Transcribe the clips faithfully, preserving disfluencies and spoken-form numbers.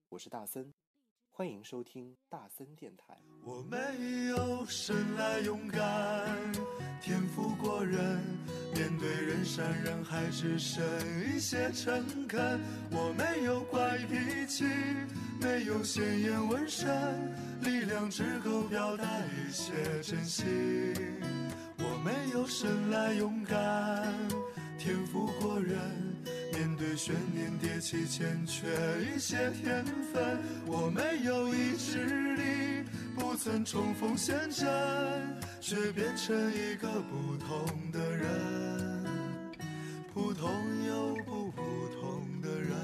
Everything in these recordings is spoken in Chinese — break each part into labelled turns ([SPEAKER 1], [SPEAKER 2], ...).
[SPEAKER 1] 我是大森，欢迎收听大森电台。
[SPEAKER 2] 我没有生来勇敢，天赋过人，面对人山人海只剩一些诚恳。我没有怪脾气，没有鲜艳纹身，力量只够表达一些真心。我没有生来勇敢，天赋过人，面对悬念迭起欠缺一些天分。我没有意志力，不曾冲锋陷阵，却变成一个不同的人，普通又不普通的人。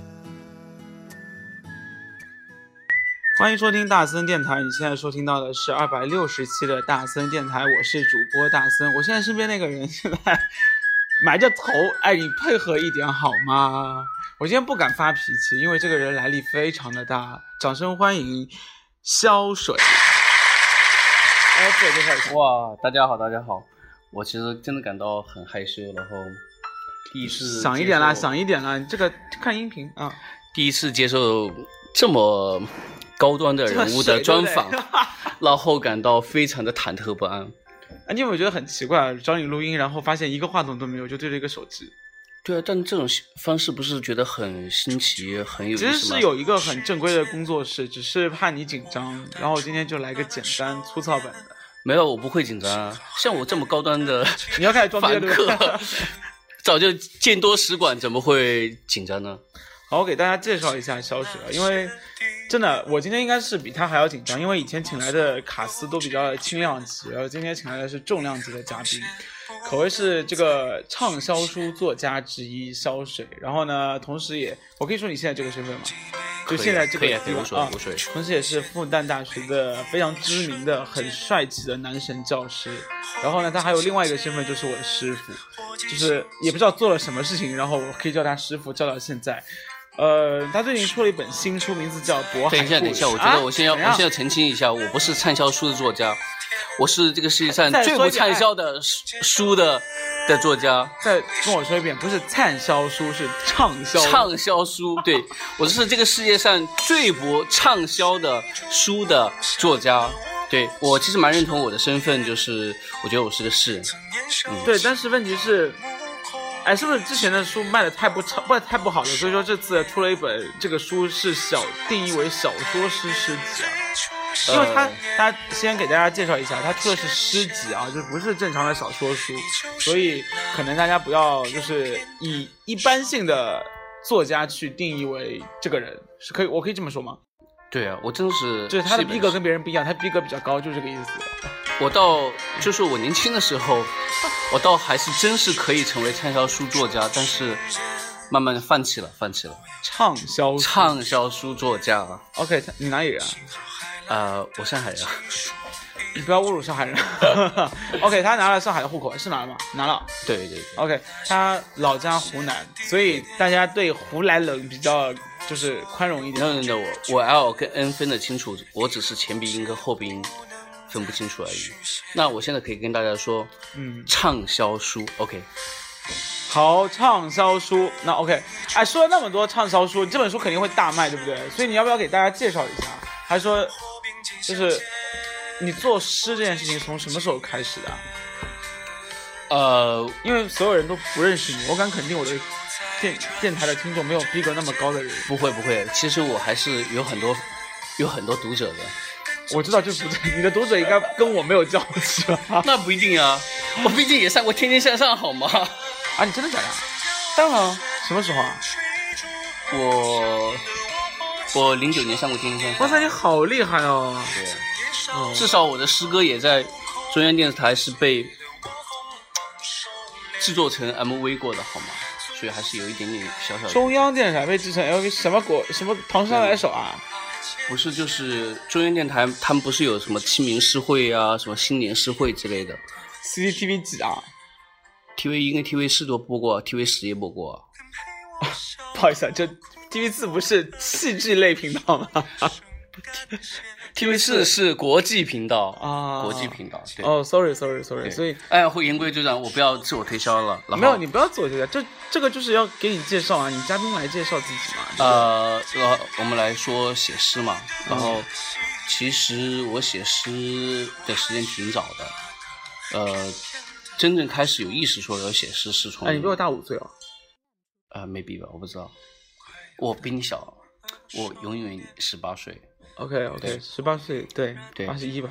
[SPEAKER 3] 欢迎收听大森电台，你现在收听到的是二百六十期的大森电台，我是主播大森。我现在身边那个人现在埋着头，哎，你配合一点好吗？我今天不敢发脾气，因为这个人来历非常的大。掌声欢迎潇水。哎，自我介绍一下。
[SPEAKER 4] 哇，大家好，大家好。我其实真的感到很害羞，然后第一次
[SPEAKER 3] 想一点啦，想一点啦，你这个看音频啊。
[SPEAKER 4] 第一次接受这么高端的人物的专访，对对然后感到非常的忐忑不安。
[SPEAKER 3] 啊，你有没有觉得很奇怪？找你录音，然后发现一个话筒都没有，就对着一个手机。
[SPEAKER 4] 对啊，但这种方式不是觉得很新奇、很有意思吗？
[SPEAKER 3] 其实是有一个很正规的工作室，只是怕你紧张，然后今天就来个简单粗糙版的。
[SPEAKER 4] 没有，我不会紧张啊。像我这么高端的，
[SPEAKER 3] 你要开始装逼了，对吧？
[SPEAKER 4] 早就见多识广，怎么会紧张呢？
[SPEAKER 3] 好，我给大家介绍一下潇水，因为真的，我今天应该是比他还要紧张，因为以前请来的卡司都比较轻量级，然后今天请来的是重量级的嘉宾，可谓是这个畅销书作家之一潇水。然后呢，同时也，我可以说你现在这个身份吗？就现在这个地方啊，同时也是复旦大学的非常知名的、很帅气的男神教师。然后呢，他还有另外一个身份，就是我的师傅，就是也不知道做了什么事情，然后我可以叫他师傅，叫到现在。呃，他最近出了一本新书，名字叫《渤海故事》。
[SPEAKER 4] 等一下，等一下，我觉得我先要，啊、我先要澄清一下，我不是畅销书的作家，我是这个世界上最不畅销的书的的作家。
[SPEAKER 3] 再跟我说一遍，不是畅销书，是畅销。
[SPEAKER 4] 畅销书，对，我是这个世界上最不畅销的书的作家。对，我其实蛮认同我的身份，就是我觉得我是个诗人。
[SPEAKER 3] 嗯，对，但是问题是。哎，是不是之前的书卖的太不不太不好了？所以说这次出了一本，这个书是小定义为小说诗诗集啊。因为他，他先给大家介绍一下，他出的是诗集啊，就不是正常的小说书，所以可能大家不要就是以一般性的作家去定义为这个人，是可以，我可以这么说吗？
[SPEAKER 4] 对啊，我真的是，
[SPEAKER 3] 就是他的逼格跟别人不一样，他逼格比较高，就是这个意思。
[SPEAKER 4] 我到就是我年轻的时候，我倒还是真是可以成为畅销书作家，但是慢慢放弃了，放弃了。
[SPEAKER 3] 畅销
[SPEAKER 4] 畅销书作家。
[SPEAKER 3] OK， 你哪里人啊？
[SPEAKER 4] 呃，我上海人。
[SPEAKER 3] 你不要侮辱上海人。OK， 他拿了上海的户口，是拿了吗？拿了。
[SPEAKER 4] 对对对。
[SPEAKER 3] OK， 他老家湖南，所以大家对湖南人比较就是宽容一点。
[SPEAKER 4] 那那我我 L 跟 N 分得清楚，我只是前鼻音跟后鼻音分不清楚而已。那我现在可以跟大家说，嗯，畅销书 ，OK。
[SPEAKER 3] 好，畅销书，那 OK。哎，说了那么多畅销书，这本书肯定会大卖，对不对？所以你要不要给大家介绍一下？还说，就是你做诗这件事情从什么时候开始的、啊？
[SPEAKER 4] 呃，
[SPEAKER 3] 因为所有人都不认识你，我敢肯定我的电电台的听众没有逼格那么高的人。
[SPEAKER 4] 不会不会，其实我还是有很多有很多读者的。
[SPEAKER 3] 我知道，就不对，你的读者应该跟我没有交集吧？
[SPEAKER 4] 那不一定啊，我毕竟也上过《天天向上》，好吗？
[SPEAKER 3] 啊，你真的假的？
[SPEAKER 4] 当然。
[SPEAKER 3] 什么时候啊？
[SPEAKER 4] 我我零九年上过《天天向上》。
[SPEAKER 3] 哇塞，你好厉害哦！
[SPEAKER 4] 对，哦、至少我的诗歌也在中央电视台是被制作成 M V 过的，好吗？所以还是有一点点小小的。
[SPEAKER 3] 中央电视台被制成 M V 什么国什么唐山来手啊？
[SPEAKER 4] 不是，就是中央电台，他们不是有什么清明诗会啊，什么新年诗会之类的。
[SPEAKER 3] C C T V 几啊
[SPEAKER 4] ？T V 一跟 T V 四都播过 ，T V 十也播过、
[SPEAKER 3] 啊。不好意思啊，这 T V 四不是戏剧类频道吗
[SPEAKER 4] T V 四是国际频道
[SPEAKER 3] 啊，
[SPEAKER 4] 国际频道。对
[SPEAKER 3] 哦 ，sorry sorry sorry， 所以
[SPEAKER 4] 哎，会言归正传，我不要自我推销了。
[SPEAKER 3] 没有，你不要自我推销，这这个就是要给你介绍啊，你嘉宾来介绍自己嘛。
[SPEAKER 4] 呃，呃，我们来说写诗嘛，然后、嗯、其实我写诗的时间挺早的，呃，真正开始有意识说要写诗是从……
[SPEAKER 3] 哎，你比我大五岁哦。
[SPEAKER 4] 呃 ，maybe 吧，我不知道，我比你小，我永远十八岁。
[SPEAKER 3] OK OK， 十八岁，对
[SPEAKER 4] 对，
[SPEAKER 3] 二十一吧。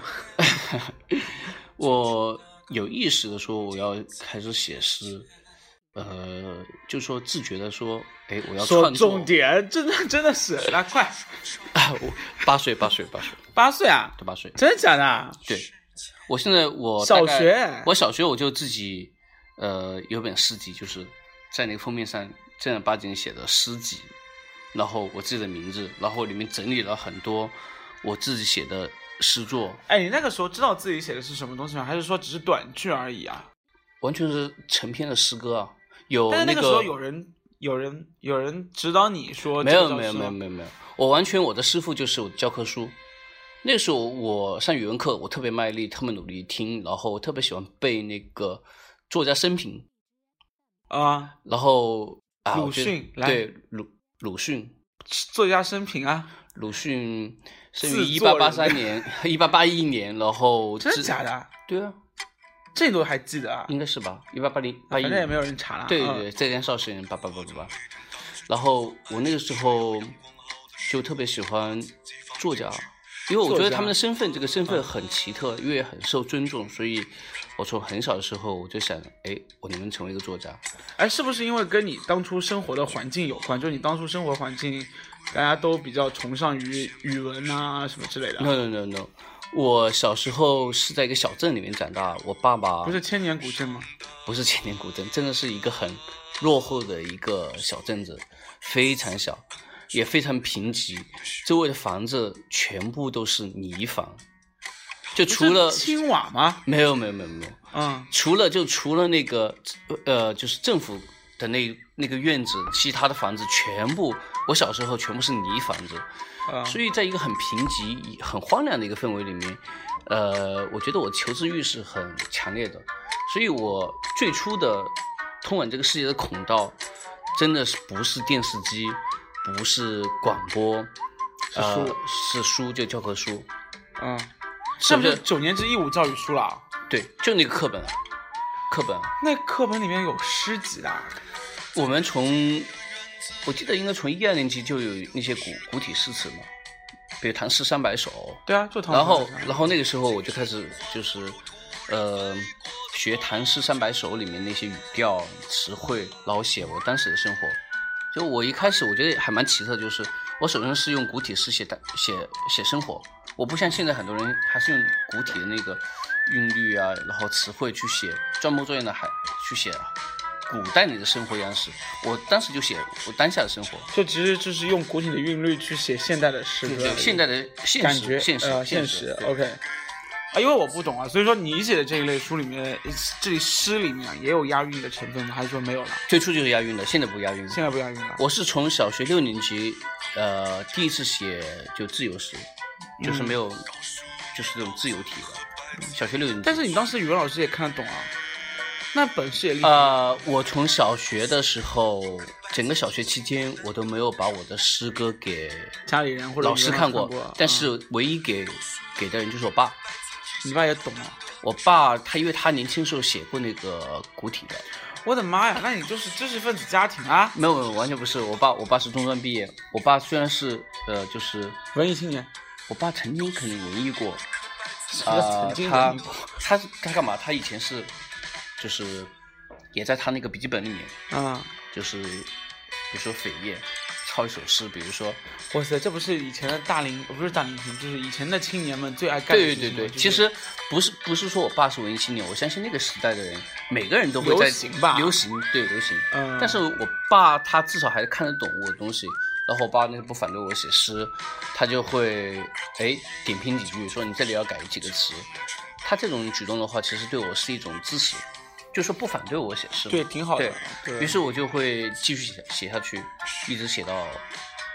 [SPEAKER 4] 我有意识的说我要开始写诗，呃，就说自觉的说，哎，我要创作。
[SPEAKER 3] 说重点，真的真的是，来快。
[SPEAKER 4] 我八岁，八岁，八岁，
[SPEAKER 3] 八岁啊？
[SPEAKER 4] 对，八岁。
[SPEAKER 3] 真的假的？
[SPEAKER 4] 对，我现在我
[SPEAKER 3] 小学，
[SPEAKER 4] 我小学我就自己呃有本诗集，就是在那个封面上正儿八经写的诗集。然后我自己的名字，然后里面整理了很多我自己写的诗作。
[SPEAKER 3] 哎，你那个时候知道自己写的是什么东西吗？还是说只是短句而已啊？
[SPEAKER 4] 完全是成篇的诗歌啊，有、那个。
[SPEAKER 3] 但是那个时候有人、有人、有人指导你说
[SPEAKER 4] 没有没有没有没有没有，我完全我的师傅就是我的教科书。那个时候我上语文课，我特别卖力，特别努力听，然后我特别喜欢背那个作家生平
[SPEAKER 3] 啊，
[SPEAKER 4] 然后啊，
[SPEAKER 3] 鲁迅，
[SPEAKER 4] 对鲁。鲁迅
[SPEAKER 3] 作家生平啊，
[SPEAKER 4] 鲁迅生于一八八三年，一八八一年，然后
[SPEAKER 3] 真的假的？
[SPEAKER 4] 对啊，
[SPEAKER 3] 这你都还记得啊？
[SPEAKER 4] 应该是吧，一八八零八一，
[SPEAKER 3] 反正也没有人查了。
[SPEAKER 4] 对对对，在年少时人八八八八八。然后我那个时候就特别喜欢作家，因为我觉得他们的身份，这个身份很奇特，因为很受尊重，所以我从很小的时候我就想，哎，我能不能成为一个作家？
[SPEAKER 3] 哎，是不是因为跟你当初生活的环境有关？就是你当初生活环境，大家都比较崇尚于语文啊什么之类的。
[SPEAKER 4] No no no no， 我小时候是在一个小镇里面长大，我爸爸
[SPEAKER 3] 不是千年古镇吗？
[SPEAKER 4] 不是千年古镇，真的是一个很落后的一个小镇子，非常小，也非常贫瘠，周围的房子全部都是泥房。就除了
[SPEAKER 3] 青瓦吗？
[SPEAKER 4] 没有没有没有没有，
[SPEAKER 3] 嗯，
[SPEAKER 4] 除了就除了那个呃，就是政府的那那个院子，其他的房子全部，我小时候全部是泥房子，
[SPEAKER 3] 嗯，
[SPEAKER 4] 所以在一个很贫瘠、很荒凉的一个氛围里面，呃，我觉得我求知欲是很强烈的，所以我最初的通往这个世界的孔道，真的是不是电视机，不是广播，
[SPEAKER 3] 是书，
[SPEAKER 4] 呃、是书，就教科书，
[SPEAKER 3] 嗯。是不是九年制义务教育书了？
[SPEAKER 4] 对，就那个课本，课本。
[SPEAKER 3] 那课本里面有诗集的。
[SPEAKER 4] 我们从，我记得应该从一二年级就有那些古古体诗词嘛，比如《唐诗三百首》。
[SPEAKER 3] 对啊，就唐诗。
[SPEAKER 4] 然后，然后那个时候我就开始就是，呃，学《唐诗三百首》里面那些语调、词汇，然后写我当时的生活。就我一开始我觉得还蛮奇特，就是我首先是用古体诗写写写生活。我不像现在很多人还是用古体的那个韵律啊，然后词汇去写，装模作样的还去写古代你的生活样式。我当时就写我当下的生活，
[SPEAKER 3] 就其实就是用古体的韵律去写现代的诗歌，
[SPEAKER 4] 对现代的现实，
[SPEAKER 3] 感觉
[SPEAKER 4] 现实，
[SPEAKER 3] 呃、现实。OK， 啊，因为我不懂啊，所以说你写的这一类书里面，这里诗里面也有押韵的成分吗？还是说没有了？
[SPEAKER 4] 最初就是押韵的，现在不押韵了。
[SPEAKER 3] 现在不押韵了。
[SPEAKER 4] 我是从小学六年级，呃，第一次写就自由诗。就是没有，嗯、就是这种自由体的，小学六年级。
[SPEAKER 3] 但是你当时语文老师也看得懂啊，那本事也厉害。
[SPEAKER 4] 呃，我从小学的时候，整个小学期间，我都没有把我的诗歌给
[SPEAKER 3] 家里人或者
[SPEAKER 4] 老师看过，
[SPEAKER 3] 看过
[SPEAKER 4] 但是唯一给、嗯、给的人就是我爸。
[SPEAKER 3] 你爸也懂啊？
[SPEAKER 4] 我爸他因为他年轻时候写过那个古体的。
[SPEAKER 3] 我的妈呀，那你就是知识分子家庭啊？
[SPEAKER 4] 没有没有，完全不是。我爸我爸是中专毕业，我爸虽然是呃就是
[SPEAKER 3] 文艺青年。
[SPEAKER 4] 我爸曾经可能文艺过，
[SPEAKER 3] 啊、呃，
[SPEAKER 4] 他他他干嘛？他以前是，就是也在他那个笔记本里面，
[SPEAKER 3] 啊、嗯，
[SPEAKER 4] 就是比如说扉页抄一首诗，比如说，
[SPEAKER 3] 哇塞，这不是以前的大龄，不是大龄青，就是以前的青年们最爱干的事情。
[SPEAKER 4] 对对对，
[SPEAKER 3] 就是、
[SPEAKER 4] 其实不是不是说我爸是文艺青年，我相信那个时代的人，每个人都会在
[SPEAKER 3] 流行吧，
[SPEAKER 4] 流行对流行，
[SPEAKER 3] 嗯，
[SPEAKER 4] 但是我爸他至少还看得懂我的东西。然后我爸那不反对我写诗，他就会哎点评几句，说你这里要改几个词。他这种举动的话，其实对我是一种支持，就说不反对我写诗。
[SPEAKER 3] 对，挺好的。
[SPEAKER 4] 对，于是我就会继续写写下去，一直写到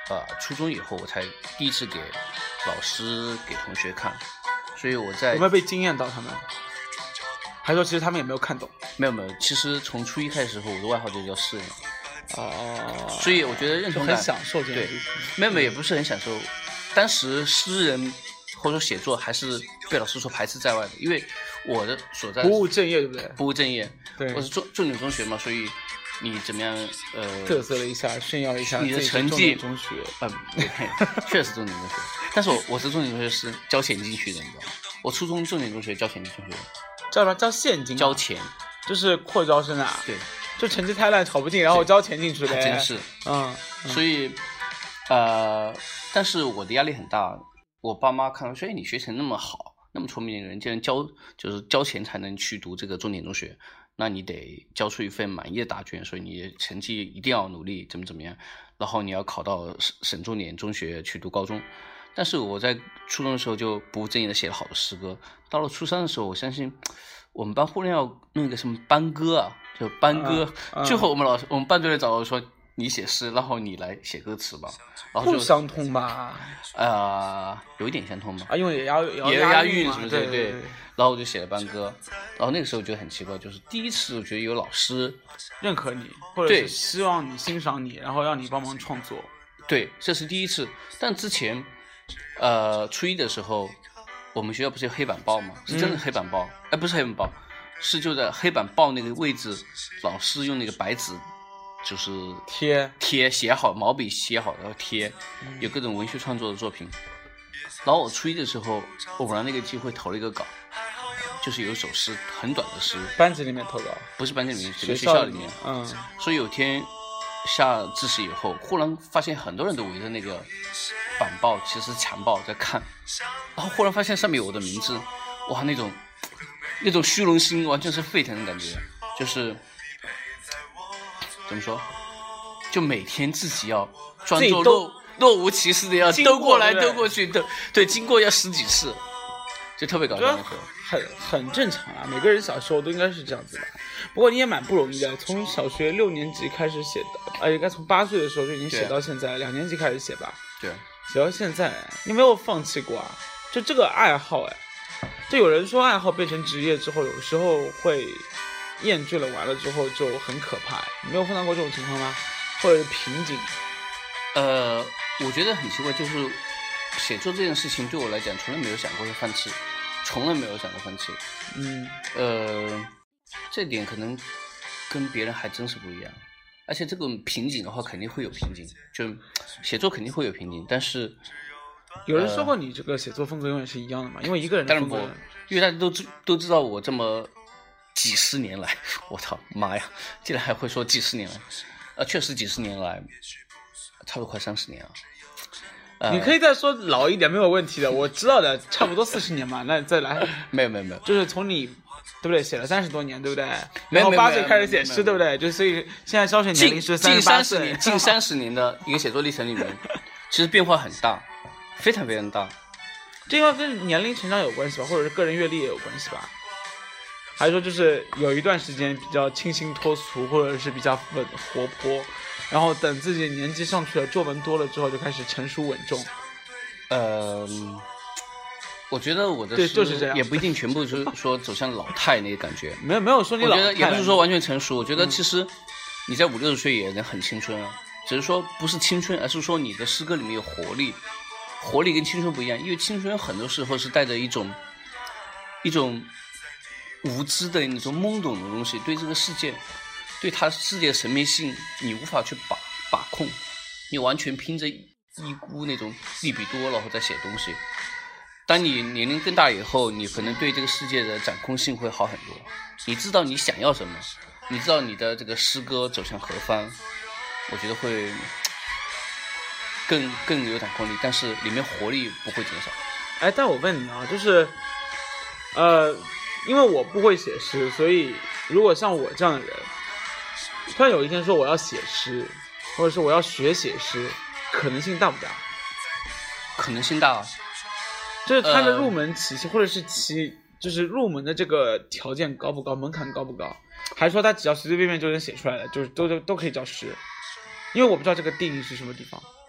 [SPEAKER 4] 呃初中以后我才第一次给老师给同学看，所以我在
[SPEAKER 3] 有没有被惊艳到他们？还说其实他们也没有看懂？
[SPEAKER 4] 没有没有，其实从初一开始的时候，我的外号就叫诗人。
[SPEAKER 3] 哦，
[SPEAKER 4] 所以我觉得认同感
[SPEAKER 3] 很享受这件事情。
[SPEAKER 4] 没有没有，也不是很享受。当时诗人或者说写作还是被老师所排斥在外的，因为我的所在
[SPEAKER 3] 不务正业，对不对？
[SPEAKER 4] 不务正业，
[SPEAKER 3] 对，
[SPEAKER 4] 我是重重点中学嘛，所以你怎么样呃
[SPEAKER 3] 嘚瑟了一下，炫耀一下
[SPEAKER 4] 你的成绩，
[SPEAKER 3] 中学，
[SPEAKER 4] 嗯，对，确实重点中学，但是我我是重点中学是交钱进去的，你知道吗？我初中重点中学交钱进去的，
[SPEAKER 3] 交什么？交现金、啊？
[SPEAKER 4] 交钱，
[SPEAKER 3] 就是扩招生啊？
[SPEAKER 4] 对。
[SPEAKER 3] 就成绩太烂考不进，然后交钱进去呗。
[SPEAKER 4] 还真是，
[SPEAKER 3] 嗯，嗯
[SPEAKER 4] 所以，呃，但是我的压力很大。我爸妈看到说，哎，你学成那么好，那么聪明的人，竟然交就是交钱才能去读这个重点中学，那你得交出一份满意的答卷，所以你成绩一定要努力，怎么怎么样，然后你要考到省省重点中学去读高中。但是我在初中的时候就不务正业的写了好多诗歌，到了初三的时候，我相信我们班忽然要弄一个什么班歌啊。就班歌，
[SPEAKER 3] 嗯嗯、
[SPEAKER 4] 最后我们老师，我们班主任找我说：“你写诗，然后你来写歌词吧。”然后就
[SPEAKER 3] 不相通吧？
[SPEAKER 4] 呃，有一点相通吧。
[SPEAKER 3] 啊，因为也要也要
[SPEAKER 4] 也押韵什么
[SPEAKER 3] 对
[SPEAKER 4] 对对。然后我就写了班歌，然后那个时候觉得很奇怪，就是第一次我觉得有老师
[SPEAKER 3] 认可你，或者是希望你欣赏你，然后让你帮忙创作。
[SPEAKER 4] 对，这是第一次。但之前，呃，初一的时候，我们学校不是有黑板报吗？是真的黑板报，哎、嗯，不是黑板报。是就在黑板报那个位置，老师用那个白纸，就是
[SPEAKER 3] 贴
[SPEAKER 4] 贴写好，毛笔写好，然后贴，有各种文学创作的作品。然后我初一的时候，我偶然那个机会投了一个稿，就是有一首诗，很短的诗。
[SPEAKER 3] 班级里面投稿？
[SPEAKER 4] 不是班级里面，整个
[SPEAKER 3] 学
[SPEAKER 4] 校里面。
[SPEAKER 3] 嗯。
[SPEAKER 4] 所以有天下自习以后，忽然发现很多人都围着那个板报，其实是墙报在看，然后忽然发现上面有我的名字，哇，那种。那种虚荣心完全是沸腾的感觉，就是怎么说，就每天自己要装作若若无其事的要兜过来兜过去，对对，经过要十几次，就特别搞笑。
[SPEAKER 3] 很很正常啊，每个人小时候都应该是这样子的。不过你也蛮不容易的，从小学六年级开始写的，呃，应该从八岁的时候就已经写到现在，两年级开始写吧？
[SPEAKER 4] 对，
[SPEAKER 3] 写到现在，你没有放弃过啊？就这个爱好，哎。就有人说爱好变成职业之后，有时候会厌倦了，完了之后就很可怕。你没有碰到过这种情况吗？或者是瓶颈？
[SPEAKER 4] 呃，我觉得很奇怪，就是写作这件事情对我来讲，从来没有想过要放弃，从来没有想过放弃。
[SPEAKER 3] 嗯，
[SPEAKER 4] 呃，这点可能跟别人还真是不一样。而且这个瓶颈的话，肯定会有瓶颈，就写作肯定会有瓶颈，但是。
[SPEAKER 3] 有人说过你这个写作风格永远是一样的嘛？因为一个人的风格，
[SPEAKER 4] 当然不，因为大家都知都知道我这么几十年来，我操妈呀，竟然还会说几十年来，呃，确实几十年来，差不多快三十年了。呃、
[SPEAKER 3] 你可以再说老一点，没有问题的，我知道的，差不多四十年嘛。那再来，
[SPEAKER 4] 没有没有没有，
[SPEAKER 3] 就是从你对不对写了三十多年，对不对？然后八岁开始写诗，对不对？就所以现在消遣年龄是三十八岁，
[SPEAKER 4] 近三十年，近三十年的一个写作历程里面，其实变化很大。非常非常大，
[SPEAKER 3] 这要跟年龄成长有关系吧，或者是个人阅历也有关系吧？还是说就是有一段时间比较清新脱俗，或者是比较稳活泼，然后等自己年纪上去了，作文多了之后就开始成熟稳重？
[SPEAKER 4] 呃，我觉得我的
[SPEAKER 3] 对就是这样，
[SPEAKER 4] 也不一定全部是说走向老态那个感觉。
[SPEAKER 3] 没有没有说你老态，
[SPEAKER 4] 我觉得也不是说完全成熟。我觉得其实你在五六十岁也能很青春啊，只是说不是青春，而是说你的诗歌里面有活力。活力跟青春不一样，因为青春很多时候是带着一种一种无知的那种懵懂的东西，对这个世界，对它世界的神秘性，你无法去把把控，你完全凭着一股那种利比多，然后再写东西。当你年龄更大以后，你可能对这个世界的掌控性会好很多。你知道你想要什么，你知道你的这个诗歌走向何方，我觉得会。更更有掌控力，但是里面活力不会减少。
[SPEAKER 3] 哎，但我问你啊，就是，呃，因为我不会写诗，所以如果像我这样的人，突然有一天说我要写诗，或者说我要学写诗，可能性大不大？
[SPEAKER 4] 可能性大啊，
[SPEAKER 3] 就是它的入门期，呃、或者是其就是入门的这个条件高不高，门槛高不高？还是说他只要随随便便就能写出来的，就是都都都可以叫诗？因为我不知道这个定义是什么地方。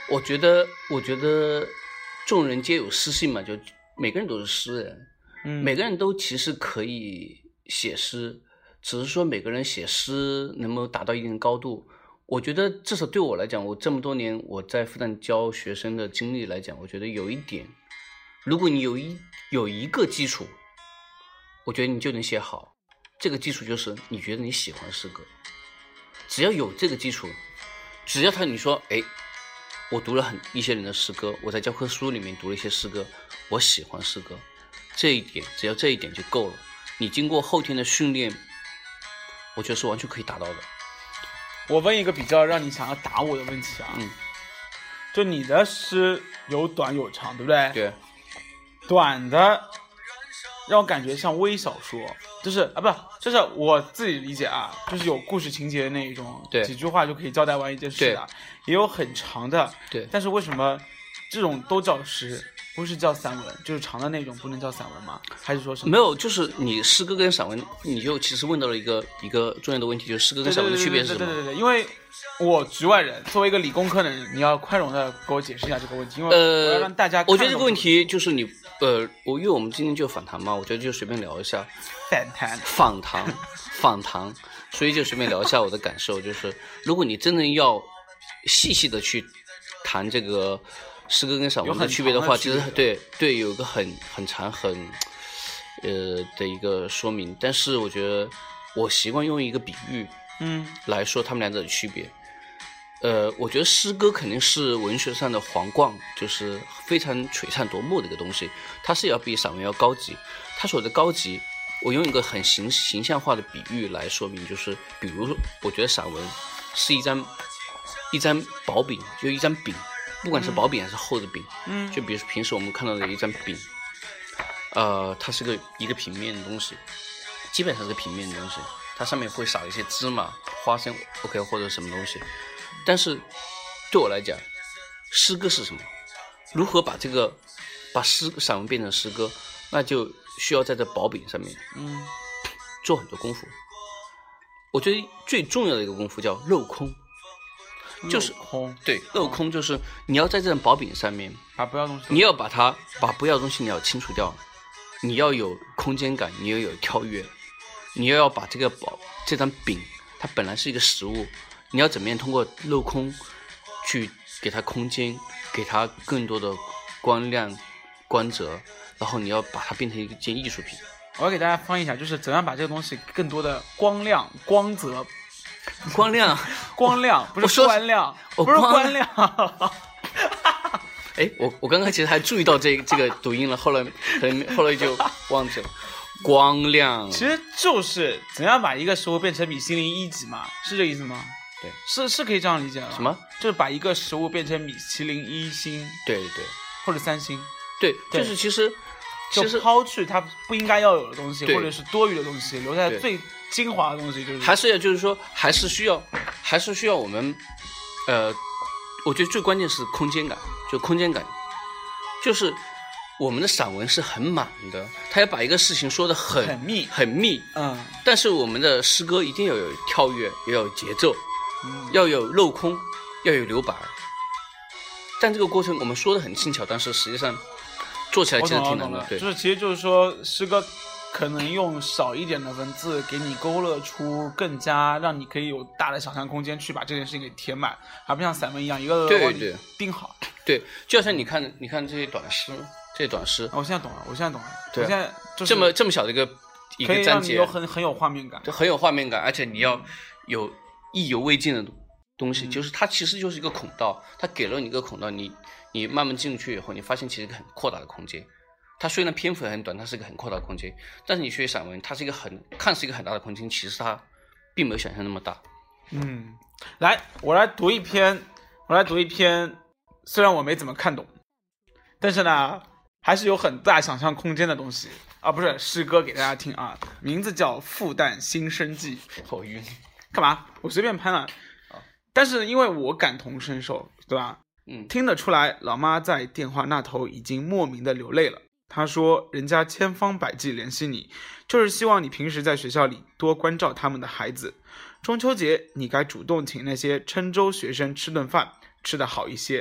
[SPEAKER 4] 我觉得，我觉得众人皆有诗性嘛，就每个人都是诗人，
[SPEAKER 3] 嗯，
[SPEAKER 4] 每个人都其实可以写诗，只是说每个人写诗能不能达到一定的高度。我觉得至少对我来讲，我这么多年我在复旦教学生的经历来讲，我觉得有一点，如果你有一有一个基础，我觉得你就能写好。这个基础就是你觉得你喜欢诗歌，只要有这个基础，只要他你说，哎，我读了很一些人的诗歌，我在教科书里面读了一些诗歌，我喜欢诗歌，这一点只要这一点就够了。你经过后天的训练，我觉得是完全可以达到的。
[SPEAKER 3] 我问一个比较让你想要打我的问题啊，
[SPEAKER 4] 嗯，
[SPEAKER 3] 就你的诗有短有长，对不对？
[SPEAKER 4] 对，
[SPEAKER 3] 短的让我感觉像微小说，就是啊，不，就是我自己理解啊，就是有故事情节的那一种，
[SPEAKER 4] 对，
[SPEAKER 3] 几句话就可以交代完一件事的，也有很长的，
[SPEAKER 4] 对。
[SPEAKER 3] 但是为什么这种都叫诗，不是叫散文？就是长的那种不能叫散文吗？还是说什么？
[SPEAKER 4] 没有，就是你诗歌跟散文，你就其实问到了一个一个重要的问题，就是诗歌跟散文的区别是什么？
[SPEAKER 3] 对对对对对，因为我局外人，作为一个理工科的人，你要宽容的给我解释一下这个问题，因为我要让大家看、
[SPEAKER 4] 呃。我觉得这个问题就是你呃，我因为我们今天就访谈嘛，我觉得就随便聊一下。
[SPEAKER 3] 访谈。
[SPEAKER 4] 访谈，访谈，所以就随便聊一下我的感受，就是如果你真的要细细的去谈这个诗歌跟散文的区别的话，其实对对有一个很很长很呃的一个说明，但是我觉得我习惯用一个比喻嗯来说他们两者的区别。呃，我觉得诗歌肯定是文学上的皇冠，就是非常璀璨夺目的一个东西，它是要比散文要高级。它所谓的高级，我用一个很形形象化的比喻来说明，就是比如我觉得散文是一张一张薄饼，就一张饼，不管是薄饼还是厚的饼，嗯，就比如平时我们看到的一张饼，呃，它是个一个平面的东西，基本上是个平面的东西，它上面会撒一些芝麻、花生 ，OK 或者什么东西。但是对我来讲，诗歌是什么？如何把这个把诗散文变成诗歌，那就需要在这薄饼上面，嗯，做很多功夫。我觉得最重要的一个功夫叫镂空，就是
[SPEAKER 3] 空，
[SPEAKER 4] 对，镂空就是你要在这张薄饼上面
[SPEAKER 3] 把不要东西，
[SPEAKER 4] 你要把它把不要东西你要清除掉，你要有空间感，你要有跳跃，你要要把这个薄这张饼，它本来是一个食物。你要怎么样通过镂空去给它空间，给它更多的光亮、光泽，然后你要把它变成一件艺术品。
[SPEAKER 3] 我要给大家翻译一下，就是怎样把这个东西更多的光亮、光泽、
[SPEAKER 4] 光亮、
[SPEAKER 3] 光亮，不是光亮，不是光亮。
[SPEAKER 4] 哎，我我刚刚其实还注意到这这个读音了，后来后来就忘记了。光亮，
[SPEAKER 3] 其实就是怎样把一个食物变成米其林一级嘛，是这个意思吗？
[SPEAKER 4] 对，
[SPEAKER 3] 是是可以这样理解的。
[SPEAKER 4] 什么？
[SPEAKER 3] 就是把一个食物变成米其林一星，
[SPEAKER 4] 对对，
[SPEAKER 3] 或者三星。
[SPEAKER 4] 对，对就是其实
[SPEAKER 3] 就抛去它不应该要有的东西，或者是多余的东西，留下最精华的东西，就是
[SPEAKER 4] 还是要就是说，还是需要，还是需要我们，呃，我觉得最关键是空间感，就空间感，就是我们的散文是很满的，他要把一个事情说得很
[SPEAKER 3] 很密
[SPEAKER 4] 很密，
[SPEAKER 3] 嗯，
[SPEAKER 4] 但是我们的诗歌一定要有跳跃，要有节奏。嗯、要有镂空，要有留白，但这个过程我们说的很轻巧，但是实际上做起来其实挺难的。对，
[SPEAKER 3] 就是其实就是说，诗歌可能用少一点的文字，给你勾勒出更加让你可以有大的想象空间，去把这件事情给填满，而不像散文一样一个
[SPEAKER 4] 对对
[SPEAKER 3] 定好。
[SPEAKER 4] 对，就像你看，你看这些短诗，这些短诗，
[SPEAKER 3] 我现在懂了，我现在懂了，
[SPEAKER 4] 对
[SPEAKER 3] 我现在就是
[SPEAKER 4] 这么这么小的一个一个章节，
[SPEAKER 3] 有很很有画面感，
[SPEAKER 4] 对，很有画面感，而且你要有意犹未尽的东西，嗯、就是它其实就是一个孔道，它给了你一个孔道，你你慢慢进去以后，你发现其实一个很扩大的空间。它虽然篇幅很短，它是一个很扩大的空间，但是你学散文，它是一个很看似一个很大的空间，其实它并没有想象那么大。
[SPEAKER 3] 嗯，来，我来读一篇，我来读一篇，虽然我没怎么看懂，但是呢，还是有很大想象空间的东西啊，不是诗歌给大家听啊，名字叫《复旦新生记》。
[SPEAKER 4] 好晕。
[SPEAKER 3] 干嘛？我随便拍了，但是因为我感同身受，对吧？嗯，听得出来，老妈在电话那头已经莫名的流泪了。她说，人家千方百计联系你，就是希望你平时在学校里多关照他们的孩子。中秋节，你该主动请那些郴州学生吃顿饭，吃得好一些。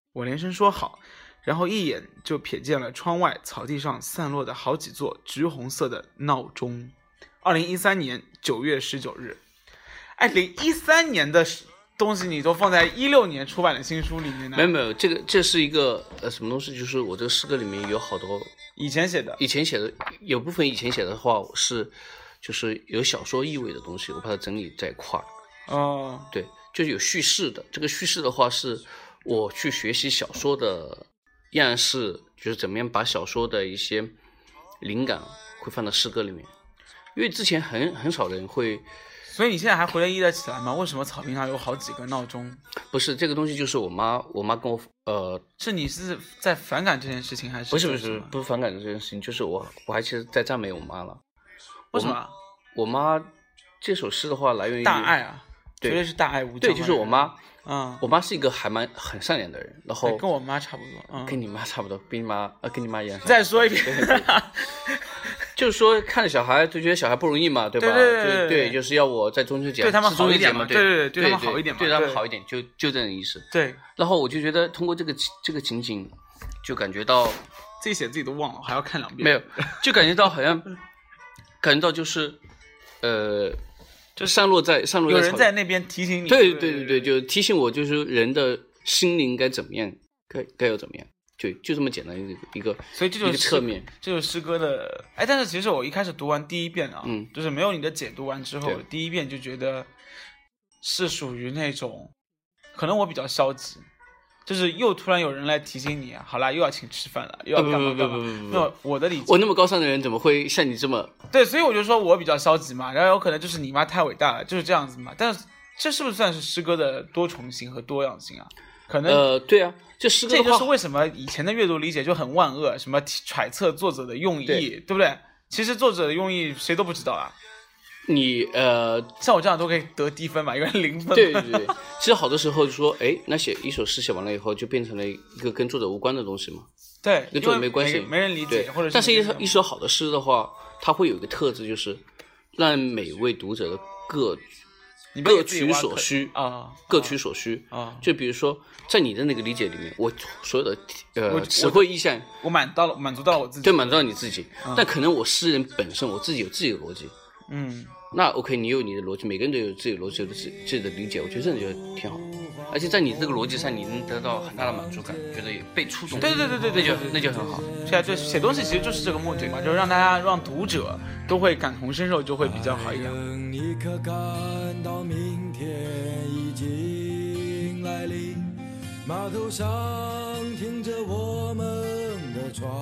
[SPEAKER 3] 我连声说好，然后一眼就瞥见了窗外草地上散落的好几座橘红色的闹钟。二零一三年九月十九日，哎，零一三年的东西你都放在一六年出版的新书里面呢？
[SPEAKER 4] 没有没有，这个这是一个呃什么东西？就是我这个诗歌里面有好多
[SPEAKER 3] 以前写的，
[SPEAKER 4] 以前写的有部分以前写的话是就是有小说意味的东西，我把它整理在一块儿。
[SPEAKER 3] 哦，
[SPEAKER 4] 对，就是有叙事的。这个叙事的话是我去学习小说的样式，就是怎么样把小说的一些灵感会放到诗歌里面，因为之前很很少人会。
[SPEAKER 3] 所以你现在还回忆得起来吗？为什么草坪上有好几个闹钟？
[SPEAKER 4] 不是这个东西，就是我妈，我妈跟我呃，
[SPEAKER 3] 是你是在反感这件事情，还是
[SPEAKER 4] 不是不是不是反感这件事情？就是我我还其实在赞美我妈了。
[SPEAKER 3] 为什么？
[SPEAKER 4] 我妈这首诗的话来源于
[SPEAKER 3] 大爱啊，
[SPEAKER 4] 对
[SPEAKER 3] 绝对是大爱无疆。
[SPEAKER 4] 对，就是我妈，
[SPEAKER 3] 嗯，
[SPEAKER 4] 我妈是一个还蛮很善良的人，然后
[SPEAKER 3] 跟我妈差不多，嗯，
[SPEAKER 4] 跟你妈差不多，比你妈呃跟你妈一样。
[SPEAKER 3] 再说一遍。
[SPEAKER 4] 就是说，看着小孩就觉得小孩不容易嘛，对吧？
[SPEAKER 3] 对对 对, 对,
[SPEAKER 4] 对, 对就是要我在中秋节
[SPEAKER 3] 对他们好一点
[SPEAKER 4] 嘛，
[SPEAKER 3] 对对对，对他们好一点嘛，
[SPEAKER 4] 对他们好一点，就就这种意思。
[SPEAKER 3] 对，
[SPEAKER 4] 然后我就觉得通过这个这个情景，就感觉到
[SPEAKER 3] 自己写自己都忘了，还要看两遍。
[SPEAKER 4] 没有，就感觉到好像感觉到就是，呃，就散落在散落在
[SPEAKER 3] 有人在那边提醒你。
[SPEAKER 4] 对对对对，就提醒我，就是人的心灵该怎么样，该该要怎么样。就就这么简单一个一个，
[SPEAKER 3] 所以这就是
[SPEAKER 4] 侧面，
[SPEAKER 3] 这就是诗歌的。哎，但是其实我一开始读完第一遍啊，
[SPEAKER 4] 嗯，
[SPEAKER 3] 就是没有你的解读完之后，第一遍就觉得是属于那种，可能我比较消极，就是又突然有人来提醒你啊，好啦，又要请吃饭了，又要干嘛干嘛。那我的理解，
[SPEAKER 4] 我那么高尚的人怎么会像你这么？
[SPEAKER 3] 对，所以我就说我比较消极嘛，然后有可能就是你妈太伟大了，就是这样子嘛。但是这是不是算是诗歌的多重性和多样性啊？可能
[SPEAKER 4] 呃，对啊，这诗歌的话，
[SPEAKER 3] 这就是为什么以前的阅读理解就很万恶，什么揣测作者的用意， 对, 对不对？其实作者的用意谁都不知道啊。
[SPEAKER 4] 你呃，
[SPEAKER 3] 像我这样都可以得低分嘛，因为零分。
[SPEAKER 4] 对对对，其实好多时候就说，哎，那写一首诗写完了以后，就变成了一个跟作者无关的东西嘛。
[SPEAKER 3] 对，
[SPEAKER 4] 跟作者没关系，
[SPEAKER 3] 没人理解，或者是。
[SPEAKER 4] 但是一一首好的诗的话，它会有一个特质，就是让每位读者的各。各取所需
[SPEAKER 3] 啊，
[SPEAKER 4] 各取所需
[SPEAKER 3] 啊。
[SPEAKER 4] 就比如说，在你的那个理解里面，我所有的呃词汇意象，
[SPEAKER 3] 我满到了，满足到了我自己，
[SPEAKER 4] 对，满足到你自己。嗯、但可能我诗人本身，我自己有自己的逻辑，
[SPEAKER 3] 嗯，
[SPEAKER 4] 那 OK， 你有你的逻辑，每个人都有自己的逻辑，有自己自己的理解，我觉得这就挺好。而且在你这个逻辑上，你能得到很大的满足感，觉得被触动。
[SPEAKER 3] 对对对对对，
[SPEAKER 4] 那就那就很好。
[SPEAKER 3] 是啊，就写东西其实就是这个目的嘛，就是让大家让读者都会感同身受，就会比较好一点。
[SPEAKER 2] 你可感到明天已经来临，码头上停着我们的船，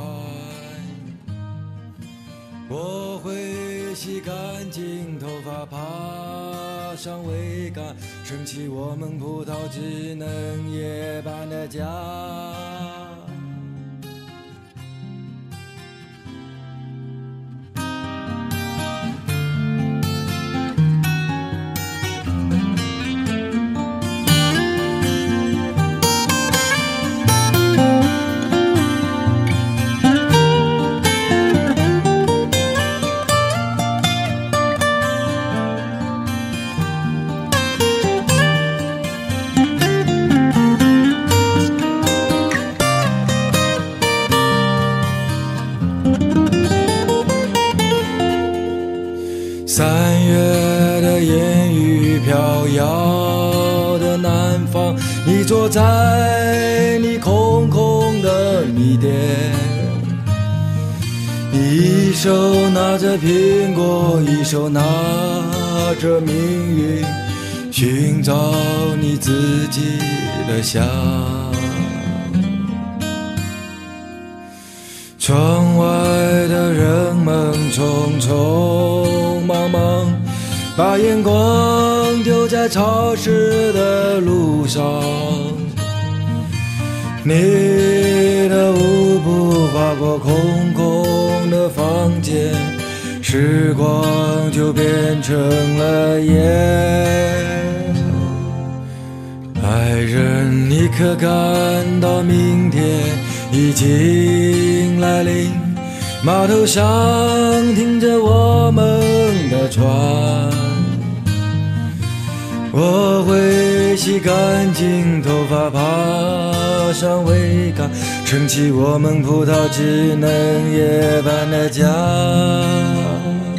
[SPEAKER 2] 我会洗干净头发，爬上桅杆，升起我们葡萄枝嫩叶般的家。三月的烟雨飘摇的南方，你坐在你空空的米店，你一手拿着苹果，一手拿着命运，寻找你自己的香。窗外的人们匆匆忙忙，把眼光丢在潮湿的路上，你的舞步划过空空的房间，时光就变成了烟。爱人，你可感到明天已经来临，码头上停着我们的船，我会
[SPEAKER 5] 水洗干净头发，爬上桅杆，撑起我们葡萄枝嫩叶般的家。